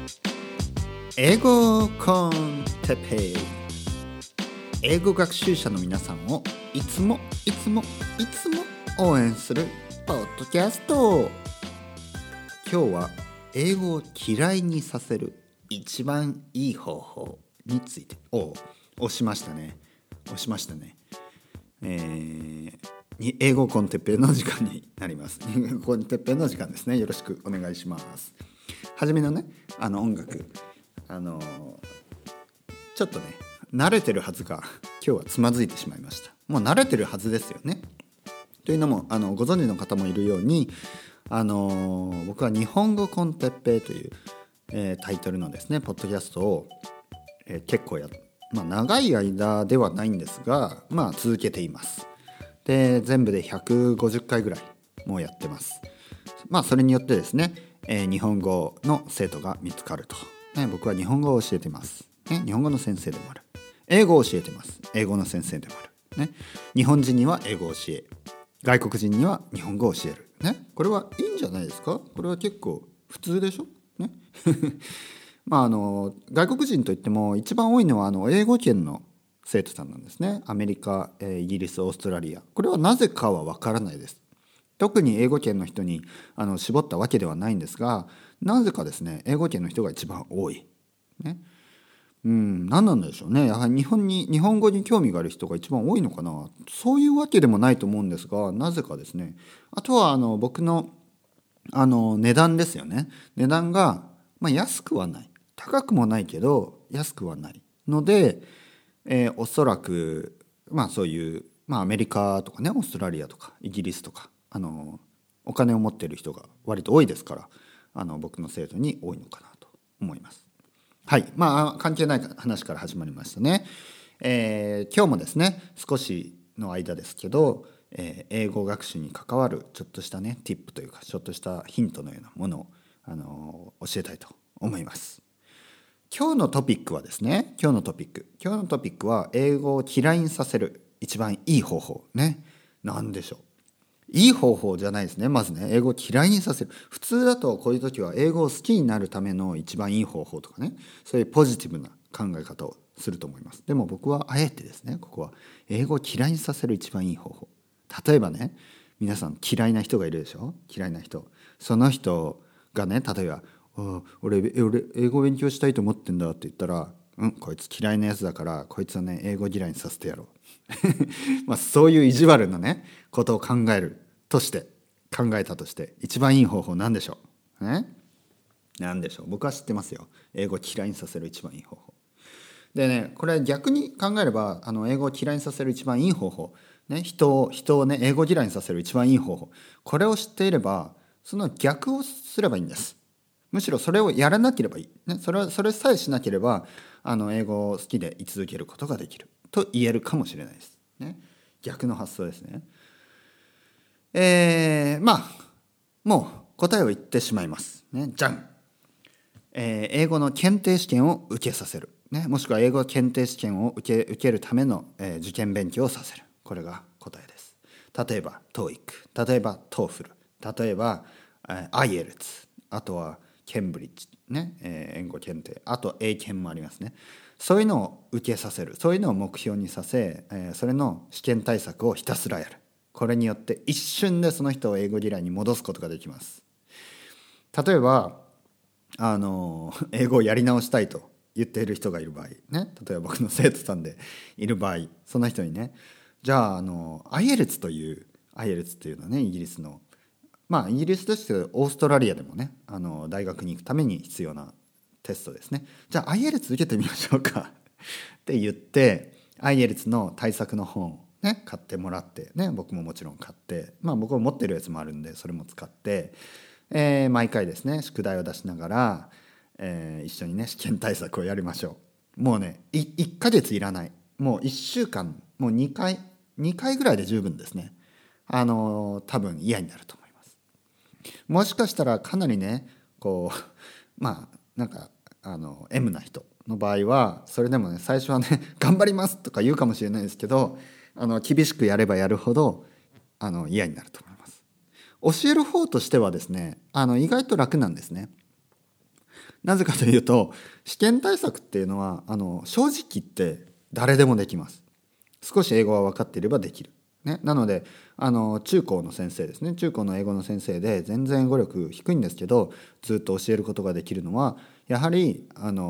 英語コンテッペイ、英語学習者の皆さんをいつも応援するポッドキャスト。今日は英語を嫌いにさせる一番いい方法について押しましたね。英語コンテッペイの時間になります。英語コンテッペイの時間ですね。よろしくお願いします。はじめのね、音楽ちょっとね慣れてるはずが今日はつまずいてしまいました。もう慣れてるはずですよね。というのもご存知の方もいるように僕は日本語コンテッペイという、タイトルのですねポッドキャストを、結構長い間ではないんですが、続けています。で全部で150回ぐらいもうやってます。それによってですね、日本語の生徒が見つかると、僕は日本語を教えてます、日本語の先生でもある。英語を教えてます。英語の先生でもある、日本人には英語を教え、外国人には日本語を教える、これはいいんじゃないですか。これは結構普通でしょ、外国人といっても一番多いのは英語圏の生徒さんなんですね。アメリカ、イギリス、オーストラリア。これはなぜかは分からないです。特に英語圏の人に絞ったわけではないんですが、なぜかですね英語圏の人が一番多い、何なんでしょうね。やはり日本語に興味がある人が一番多いのかな。そういうわけでもないと思うんですが、なぜかですね。あとは僕の値段ですよね。値段が、安くはない、高くもないけど安くはないので、おそらくそういう、アメリカとかね、オーストラリアとかイギリスとかお金を持っている人が割と多いですから、僕の生徒に多いのかなと思います。はい、関係ない話から始まりましたね。今日もですね少しの間ですけど、英語学習に関わるちょっとしたねティップというか、ちょっとしたヒントのようなものを教えたいと思います。今日のトピックはですね、今日のトピックは英語を嫌いにさせる一番いい方法ね。何でしょう。いい方法じゃないですね。まずね、英語を嫌いにさせる。普通だとこういう時は英語を好きになるための一番いい方法とかね、そういうポジティブな考え方をすると思います。でも僕はあえてですね、ここは英語を嫌いにさせる一番いい方法。例えばね、皆さん嫌いな人がいるでしょ。嫌いな人。その人がね、例えば俺英語勉強したいと思ってんだって言ったら、こいつ嫌いなやつだからこいつはね英語嫌いにさせてやろうそういう意地悪なねことを考えたとして一番いい方法なんでしょう、なんでしょう。僕は知ってますよ。英語嫌いにさせる一番いい方法でね、これ逆に考えれば英語を嫌いにさせる一番いい方法、人をね英語嫌いにさせる一番いい方法、これを知っていればその逆をすればいいんです。むしろそれをやらなければいい、それさえしなければ英語を好きで居続けることができると言えるかもしれないです、逆の発想ですね。もう答えを言ってしまいます、じゃん、英語の検定試験を受けさせる、もしくは英語検定試験を受けるための、受験勉強をさせる。これが答えです。例えば TOEIC、 例えば TOEFL、 例えば、IELTS、 あとはケンブリッジ、英語検定、あと英検もありますね。そういうのを受けさせる、そういうのを目標にさせ、それの試験対策をひたすらやる。これによって一瞬でその人を英語嫌いに戻すことができます。例えば英語をやり直したいと言っている人がいる場合、例えば僕の生徒さんでいる場合、その人にね、じゃあIELTS という IELTS っていうのはね、イギリスのイギリスですけどオーストラリアでもね大学に行くために必要なテストですね。じゃあ IELTS 受けてみましょうかって言って IELTS の対策の本を買ってもらって僕ももちろん買って、僕も持ってるやつもあるんでそれも使って、毎回ですね宿題を出しながら、一緒にね試験対策をやりましょう。もうね1ヶ月いらない、もう1週間、もう2回ぐらいで十分ですね。多分嫌になると思います。もしかしたらかなりねM な人の場合はそれでもね最初はね頑張りますとか言うかもしれないですけど、厳しくやればやるほど嫌になると思います。教える方としてはですね意外と楽なんですね。 なぜかというと、試験対策っていうのは正直言って誰でもできます。少し英語は分かっていればできる。ね、なので中高の先生ですね、中高の英語の先生で全然英語力低いんですけどずっと教えることができるのはやはり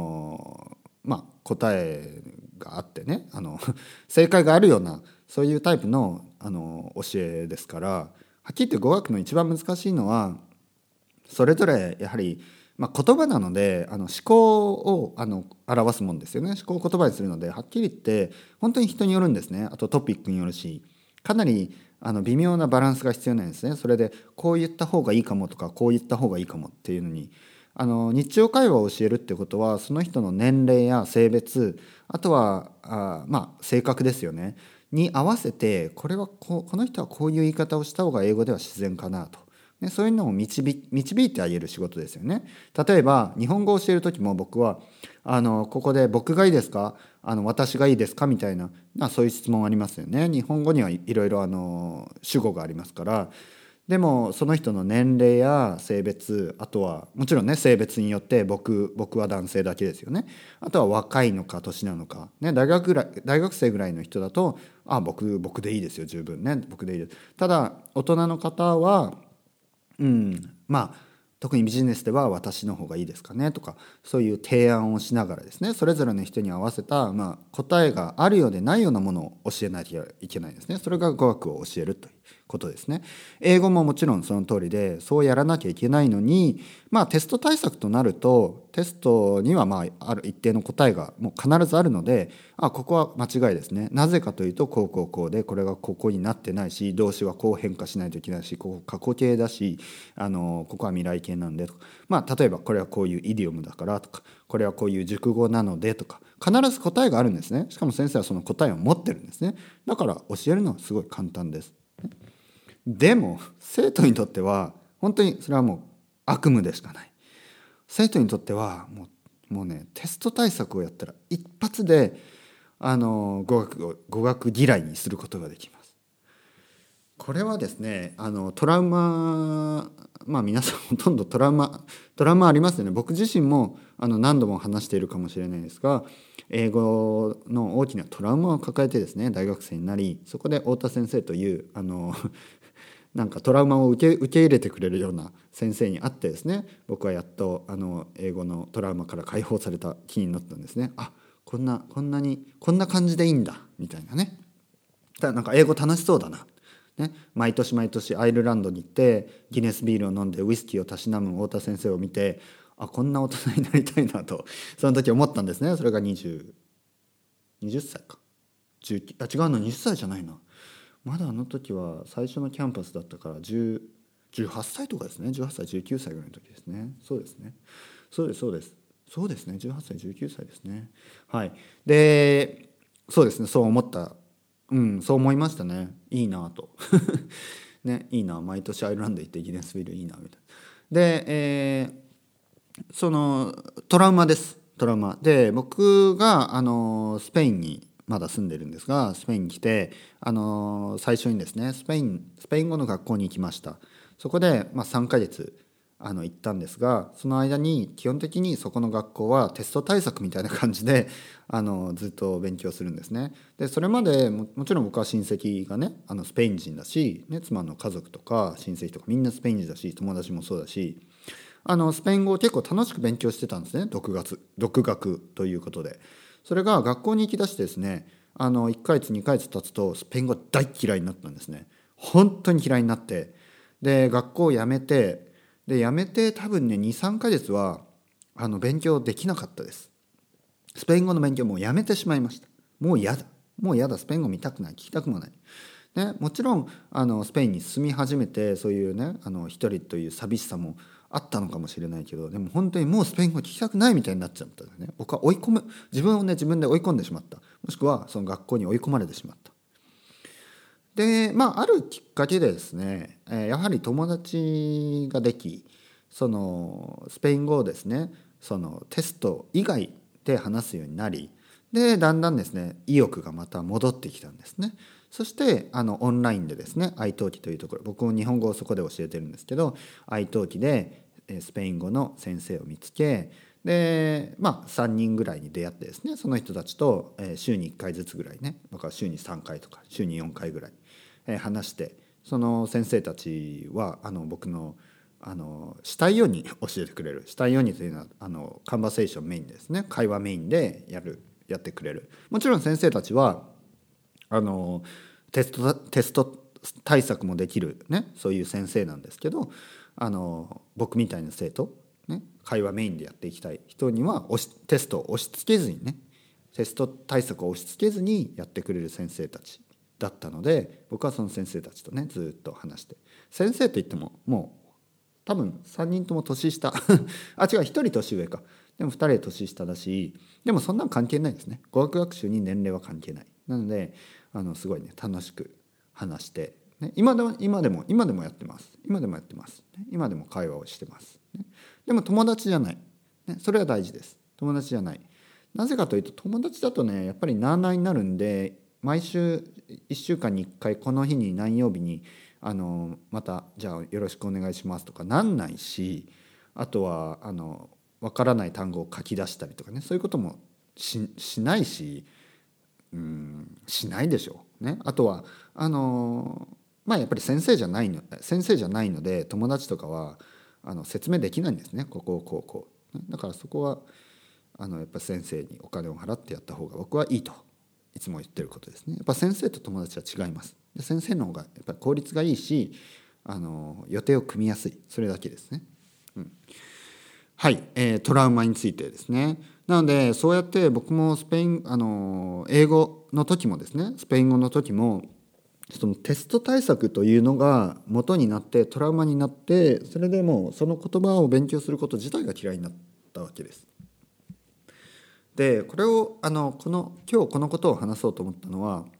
答えがあってね正解があるようなそういうタイプの教えですから。はっきり言って語学の一番難しいのはそれぞれやはり、言葉なので思考を表すもんですよね。思考を言葉にするのではっきり言って本当に人によるんですね。あとトピックによるしかなり微妙なバランスが必要なんですね。それでこう言った方がいいかもとかこう言った方がいいかもっていうのに日常会話を教えるってことはその人の年齢や性別あとは性格ですよねに合わせてこの人はこういう言い方をした方が英語では自然かなと、ね、そういうのを導いてあげる仕事ですよね。例えば日本語を教える時も僕はここで僕がいいですか私がいいですかみたいな、そういう質問ありますよね。日本語にはいろいろ主語がありますから。でもその人の年齢や性別あとはもちろんね性別によって僕は男性だけですよね。あとは若いのか年なのか、ね、大学生ぐらいの人だと僕でいいですよ十分ね僕でいいです。ただ大人の方は特にビジネスでは私の方がいいですかねとかそういう提案をしながらですねそれぞれの人に合わせた、答えがあるようでないようなものを教えないといけないですね。それが語学を教えるということですね。英語ももちろんその通りでそうやらなきゃいけないのに、テスト対策となるとテストにはある一定の答えがもう必ずあるのでここは間違いですね。なぜかというとこうでこれがここになってないし動詞はこう変化しないといけないしここ過去形だしここは未来形なんでとか、例えばこれはこういうイディオムだからとかこれはこういう熟語なのでとか必ず答えがあるんですね。しかも先生はその答えを持ってるんですね。だから教えるのはすごい簡単です。でも生徒にとっては本当にそれはもう悪夢でしかない。生徒にとってはもうねテスト対策をやったら一発で語学嫌いにすることができます。これはですねトラウマ皆さんほとんどトラウマありますよね。僕自身も何度も話しているかもしれないですが英語の大きなトラウマを抱えてですね大学生になりそこで太田先生というなんかトラウマを受け入れてくれるような先生に会ってですね僕はやっと英語のトラウマから解放された気になったんですね。こんな感じでいいんだみたいなね。なんか英語楽しそうだな、ね、毎年アイルランドに行ってギネスビールを飲んでウイスキーをたしなむ太田先生を見てこんな大人になりたいなとその時思ったんですね。それが20歳か違うの20歳じゃないな。まだあの時は最初のキャンパスだったから18歳とかですね。18歳19歳ぐらいの時ですね。そうですねそうですね18歳19歳ですね。はいでそうですねそう思ったそう思いましたね。いいなとねいいな毎年アイルランド行ってギネスビルいいなみたいな。で、そのトラウマです。トラウマで僕がスペインにまだ住んでるんですがスペインに来て最初にですねスペイン語の学校に行きました。そこで、3ヶ月行ったんですがその間に基本的にそこの学校はテスト対策みたいな感じでずっと勉強するんですね。でそれまでもちろん僕は親戚がねスペイン人だし、ね、妻の家族とか親戚とかみんなスペイン人だし友達もそうだしスペイン語を結構楽しく勉強してたんですね。独学ということでそれが学校に行きだしてですね1ヶ月2ヶ月経つとスペイン語大嫌いになったんですね。本当に嫌いになってで学校を辞めて多分ね23ヶ月は勉強できなかったです。スペイン語の勉強もうやめてしまいました。もう嫌だスペイン語見たくない聞きたくもない、ね、もちろんスペインに住み始めてそういうね一人という寂しさもあったのかもしれないけどでも本当にもうスペイン語聞きたくないみたいになっちゃったんですね。僕は自分をね自分で追い込んでしまった。もしくはその学校に追い込まれてしまった。であるきっかけでですねやはり友達ができそのスペイン語をですねそのテスト以外で話すようになりでだんだんですね意欲がまた戻ってきたんですね。そしてオンラインでですねiTalkiというところ僕も日本語をそこで教えてるんですけどiTalkiでスペイン語の先生を見つけで3人ぐらいに出会ってですね、その人たちと、週に1回ずつぐらいね、だから週に3回とか週に4回ぐらい、話して、その先生たちは僕のしたいように教えてくれる。したいようにというのはカンバセーションメインですね、会話メインでやってくれる。もちろん先生たちはテスト対策もできるね、そういう先生なんですけど、僕みたいな生徒、ね、会話メインでやっていきたい人にはテストを押し付けずにね、テスト対策を押し付けずにやってくれる先生たちだったので、僕はその先生たちとねずっと話して、先生といってももう多分3人とも年下あ、違う、1人年上か。でも2人年下だし、でもそんなの関係ないですね。語学学習に年齢は関係ない。なのですごいね楽しく話して、ね、今でもやってます。今でも会話をしてます、ね。でも友達じゃない、ね、それは大事です。友達じゃない。なぜかというと、友達だとねやっぱりなあなあになるんで、毎週1週間に1回この日に何曜日にまたじゃあよろしくお願いしますとかなんないし、あとはわからない単語を書き出したりとかね、そういうこともしないし、しないでしょうね。あとはやっぱり先生じゃないので、友達とかは説明できないんですね。こうこうこう。だからそこはやっぱ先生にお金を払ってやった方が僕はいいといつも言ってることですね。やっぱ先生と友達は違います。で先生の方がやっぱり効率がいいし、予定を組みやすい、それだけですね。はい、トラウマについてですね。なのでそうやって僕も英語の時もですね、スペイン語の時もそのテスト対策というのが元になってトラウマになって、それでもうその言葉を勉強すること自体が嫌いになったわけです。でこれを今日このことを話そうと思ったのは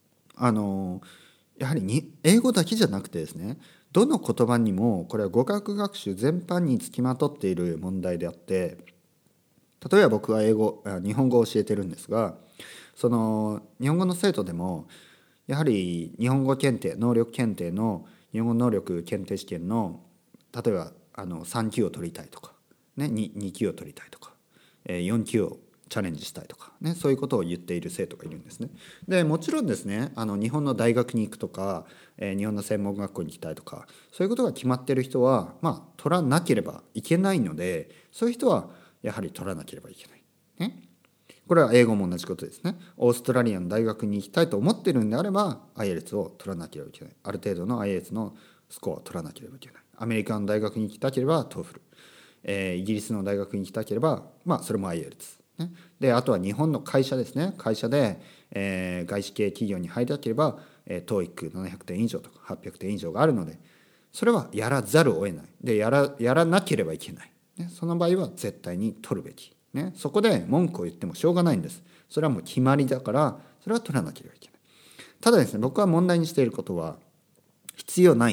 やはり英語だけじゃなくてですね、どの言葉にもこれは語学学習全般につきまとっている問題であって、例えば僕は日本語を教えてるんですが、その日本語の生徒でもやはり日本語検定、能力検定の日本語能力検定試験の例えば3級を取りたいとか、ね、2級を取りたいとか、4級をチャレンジしたいとか、ね、そういうことを言っている生徒がいるんですね。でもちろんですね、日本の大学に行くとか、日本の専門学校に行きたいとか、そういうことが決まっている人は取らなければいけないので、そういう人はやはり取らなければいけない、ね。これは英語も同じことですね。オーストラリアの大学に行きたいと思っているんであれば IELTS を取らなければいけない。ある程度の IELTS のスコアを取らなければいけない。アメリカの大学に行きたければ TOEFL、イギリスの大学に行きたければそれも IELTS、ね。であとは日本の会社ですね。会社で、外資系企業に入りたければ、TOEIC700 点以上とか800点以上があるので、それはやらざるを得ない。でやらなければいけない、ね。その場合は絶対に取るべき、ね。そこで文句を言ってもしょうがないんです。それはもう決まりだから、それは取らなければいけない。ただですね、僕は問題にしていることは、必要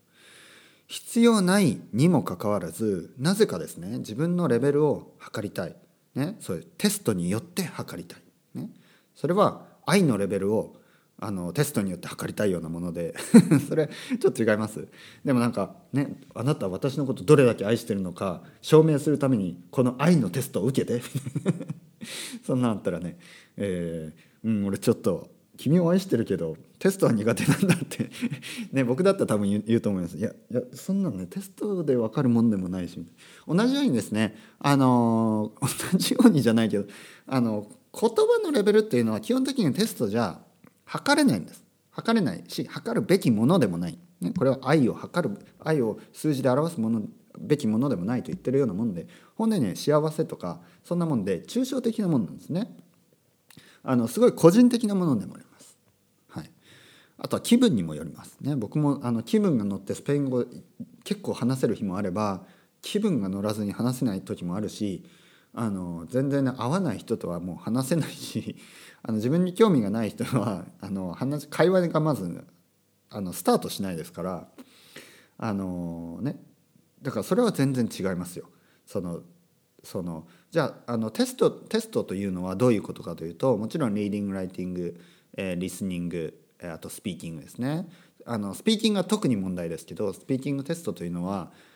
ないにもかかわらず、なぜかですね、自分のレベルを測りたい、ね、そういうテストによって測りたい、ね。それは愛のレベルをテストによって測りたいようなものでそれちょっと違います。でもなんかね、あなたは私のことどれだけ愛してるのか証明するためにこの愛のテストを受けてそんなんあったらね、俺ちょっと君を愛してるけどテストは苦手なんだってね、僕だったら多分言うと思います。いやそんなのね、テストで分かるもんでもないし、同じようにですね、同じようにじゃないけど言葉のレベルっていうのは基本的にテストじゃ測れないんです。測れないし、測るべきものでもない、ね。これは愛を数字で表すべきものでもないと言ってるようなもんで、本来ね、幸せとかそんなもんで抽象的なものなんですね。すごい個人的なものでもあります。はい、あとは気分にもよりますね。僕も気分が乗ってスペイン語結構話せる日もあれば、気分が乗らずに話せない時もあるし、全然、ね、合わない人とはもう話せないし自分に興味がない人は会話がまずスタートしないですからだからそれは全然違いますよ。じゃあテストというのはどういうことかというと、もちろんリーディングライティング、リスニング、あとスピーキングですね。スピーキングは特に問題ですけど、スピーキングテストというのは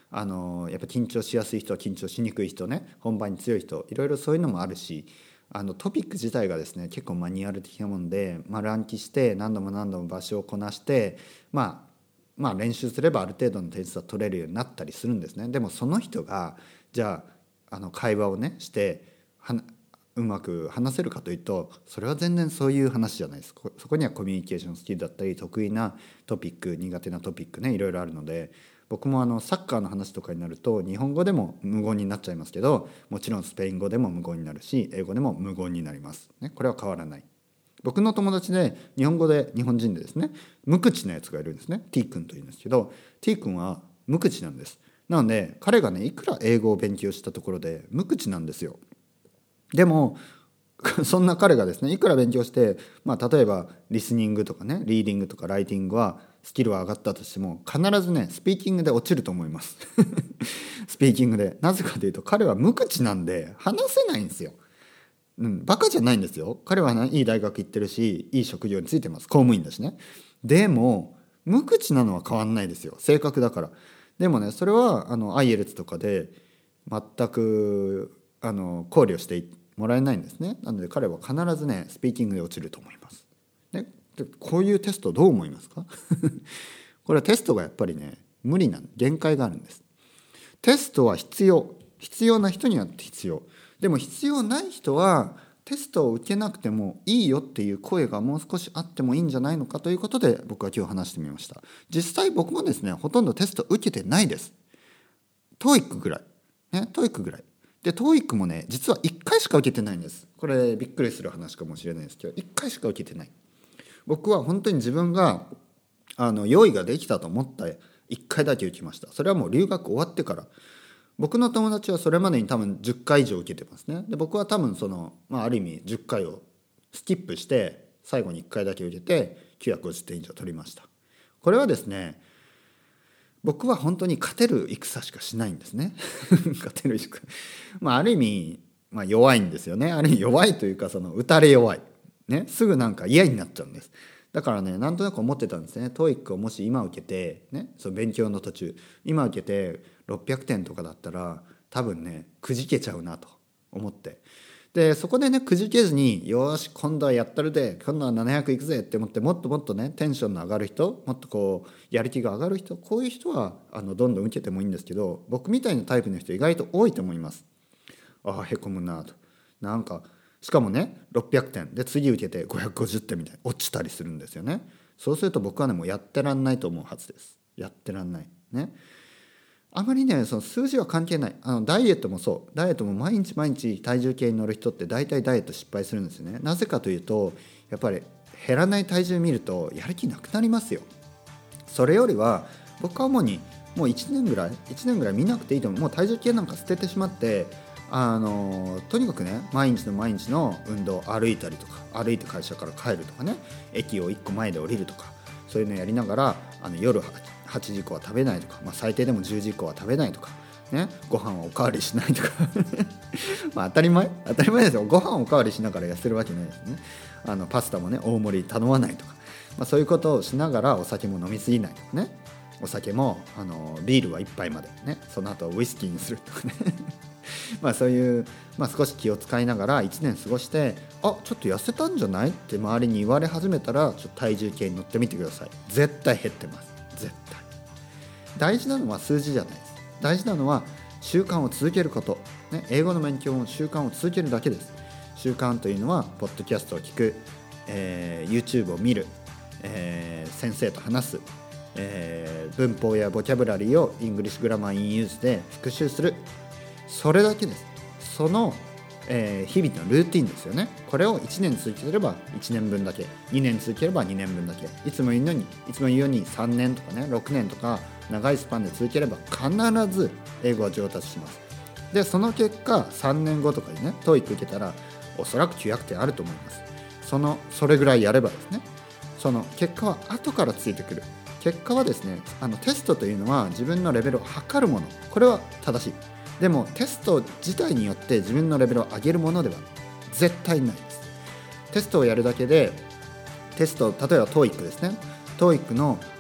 やっぱ緊張しやすい人は緊張しにくい人ね、本番に強い人、いろいろそういうのもあるし、トピック自体がですね結構マニュアル的なもので、丸暗記して何度も何度も場所をこなして、練習すればある程度の点数は取れるようになったりするんですね。でもその人がじゃあ会話をねしてうまく話せるかというと、それは全然そういう話じゃないです。そこにはコミュニケーションスキルだったり、得意なトピック、苦手なトピックね、いろいろあるので、僕もサッカーの話とかになると日本語でも無言になっちゃいますけど、もちろんスペイン語でも無言になるし、英語でも無言になります、ね、これは変わらない。僕の友達で日本人でですね、無口なやつがいるんですね。 T 君というんですけど、 T 君は無口なんです。なので彼がねいくら英語を勉強したところで無口なんですよ。でもそんな彼がですねいくら勉強して、例えばリスニングとかね、リーディングとかライティングはスキルは上がったとしても、必ずねスピーキングで落ちると思いますスピーキングで。なぜかというと彼は無口なんで話せないんですよ。バカじゃないんですよ。彼は、いい大学行ってるし、いい職業についてます。公務員だしね。でも無口なのは変わんないですよ、性格だから。でもね、それはIELTS とかで全く考慮してもらえないんですね。なので彼は必ずねスピーキングで落ちると思います、ね、でこういうテストどう思いますかこれはテストがやっぱりね無理な限界があるんです。テストは必要な人には必要。でも必要ない人はテストを受けなくてもいいよっていう声がもう少しあってもいいんじゃないのかということで、僕は今日話してみました。実際僕もですねほとんどテスト受けてないです。TOEIC ぐらいね、TOEIC ぐらいで、TOEIC もね実は1回しか受けてないんです。これびっくりする話かもしれないですけど、1回しか受けてない。僕は本当に自分が用意ができたと思った1回だけ受けました。それはもう留学終わってから。僕の友達はそれまでに多分10回以上受けてますね。で僕は多分ある意味10回をスキップして最後に1回だけ受けて950点以上取りました。これはですね、僕は本当に勝てる戦しかしないんですね勝てる戦、ある意味、弱いんですよね。ある意味弱いというか、打たれ弱い、ね、すぐなんか嫌になっちゃうんです。だからね、なんとなく思ってたんですね。 TOEIC をもし今受けて、ね、その勉強の途中今受けて600点とかだったら多分ねくじけちゃうなと思って、でそこでねくじけずに、よし今度はやったるで、今度は700いくぜって思って、もっともっとねテンションの上がる人、もっとこうやる気が上がる人、こういう人はどんどん受けてもいいんですけど、僕みたいなタイプの人意外と多いと思います。へこむなと。なんかしかもね600点で次受けて550点みたいに落ちたりするんですよね。そうすると僕はねもうやってらんないと思うはずです。やってらんないね。あまりねその数字は関係ない。ダイエットもそう、ダイエットも毎日毎日体重計に乗る人って大体ダイエット失敗するんですよね。なぜかというと、やっぱり減らない体重見るとやる気なくなりますよ。それよりは僕は主にもう1年ぐらい見なくていいと思う。もう体重計なんか捨ててしまって、とにかくね毎日の運動、歩いたりとか、歩いて会社から帰るとかね、駅を1個前で降りるとか、そういうのやりながら夜8時以降は食べないとか、最低でも10時以降は食べないとか、ね、ご飯はおかわりしないとか当たり前ですよ。ご飯おかわりしながら痩せるわけないですね。パスタもね大盛り頼まないとか、そういうことをしながらお酒も飲みすぎないとかね、お酒もビールは1杯までね、その後ウイスキーにするとかねそういう、少し気を使いながら1年過ごして、ちょっと痩せたんじゃないって周りに言われ始めたら、ちょっと体重計に乗ってみてください。絶対減ってます。絶対。大事なのは数字じゃないです。大事なのは習慣を続けること、ね、英語の勉強も習慣を続けるだけです。習慣というのはポッドキャストを聞く、YouTube を見る、先生と話す、文法やボキャブラリーをイングリッシュグラマーインユースで復習する、それだけです。その、日々のルーティンですよね。これを1年続ければ1年分だけ、2年続ければ2年分だけ、いつも言うように3年とかね6年とか長いスパンで続ければ必ず英語は上達します。でその結果3年後とかにね TOEIC 受けたらおそらく900点あると思います。それぐらいやればですね、その結果は後からついてくる。結果はですね、テストというのは自分のレベルを測るもの、これは正しい。でもテスト自体によって自分のレベルを上げるものでは絶対ないです。テストをやるだけで、例えば TOEIC ですね、 TOEIC の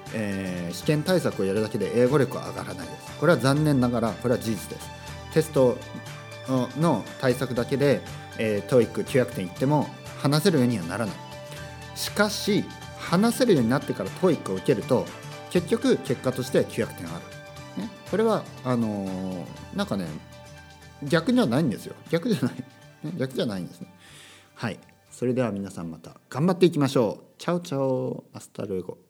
試験対策をやるだけで英語力は上がらないです。これは残念ながらこれは事実です。テストの対策だけで、TOEIC 900点いっても話せるようにはならない。しかし話せるようになってから TOEIC を受けると結局結果として900点ある、ね、これはなんかね逆じゃないんですよ。逆じゃない、ね、逆じゃないんですね。はい、それでは皆さんまた頑張っていきましょう。チャオチャオ、アスタルエゴ。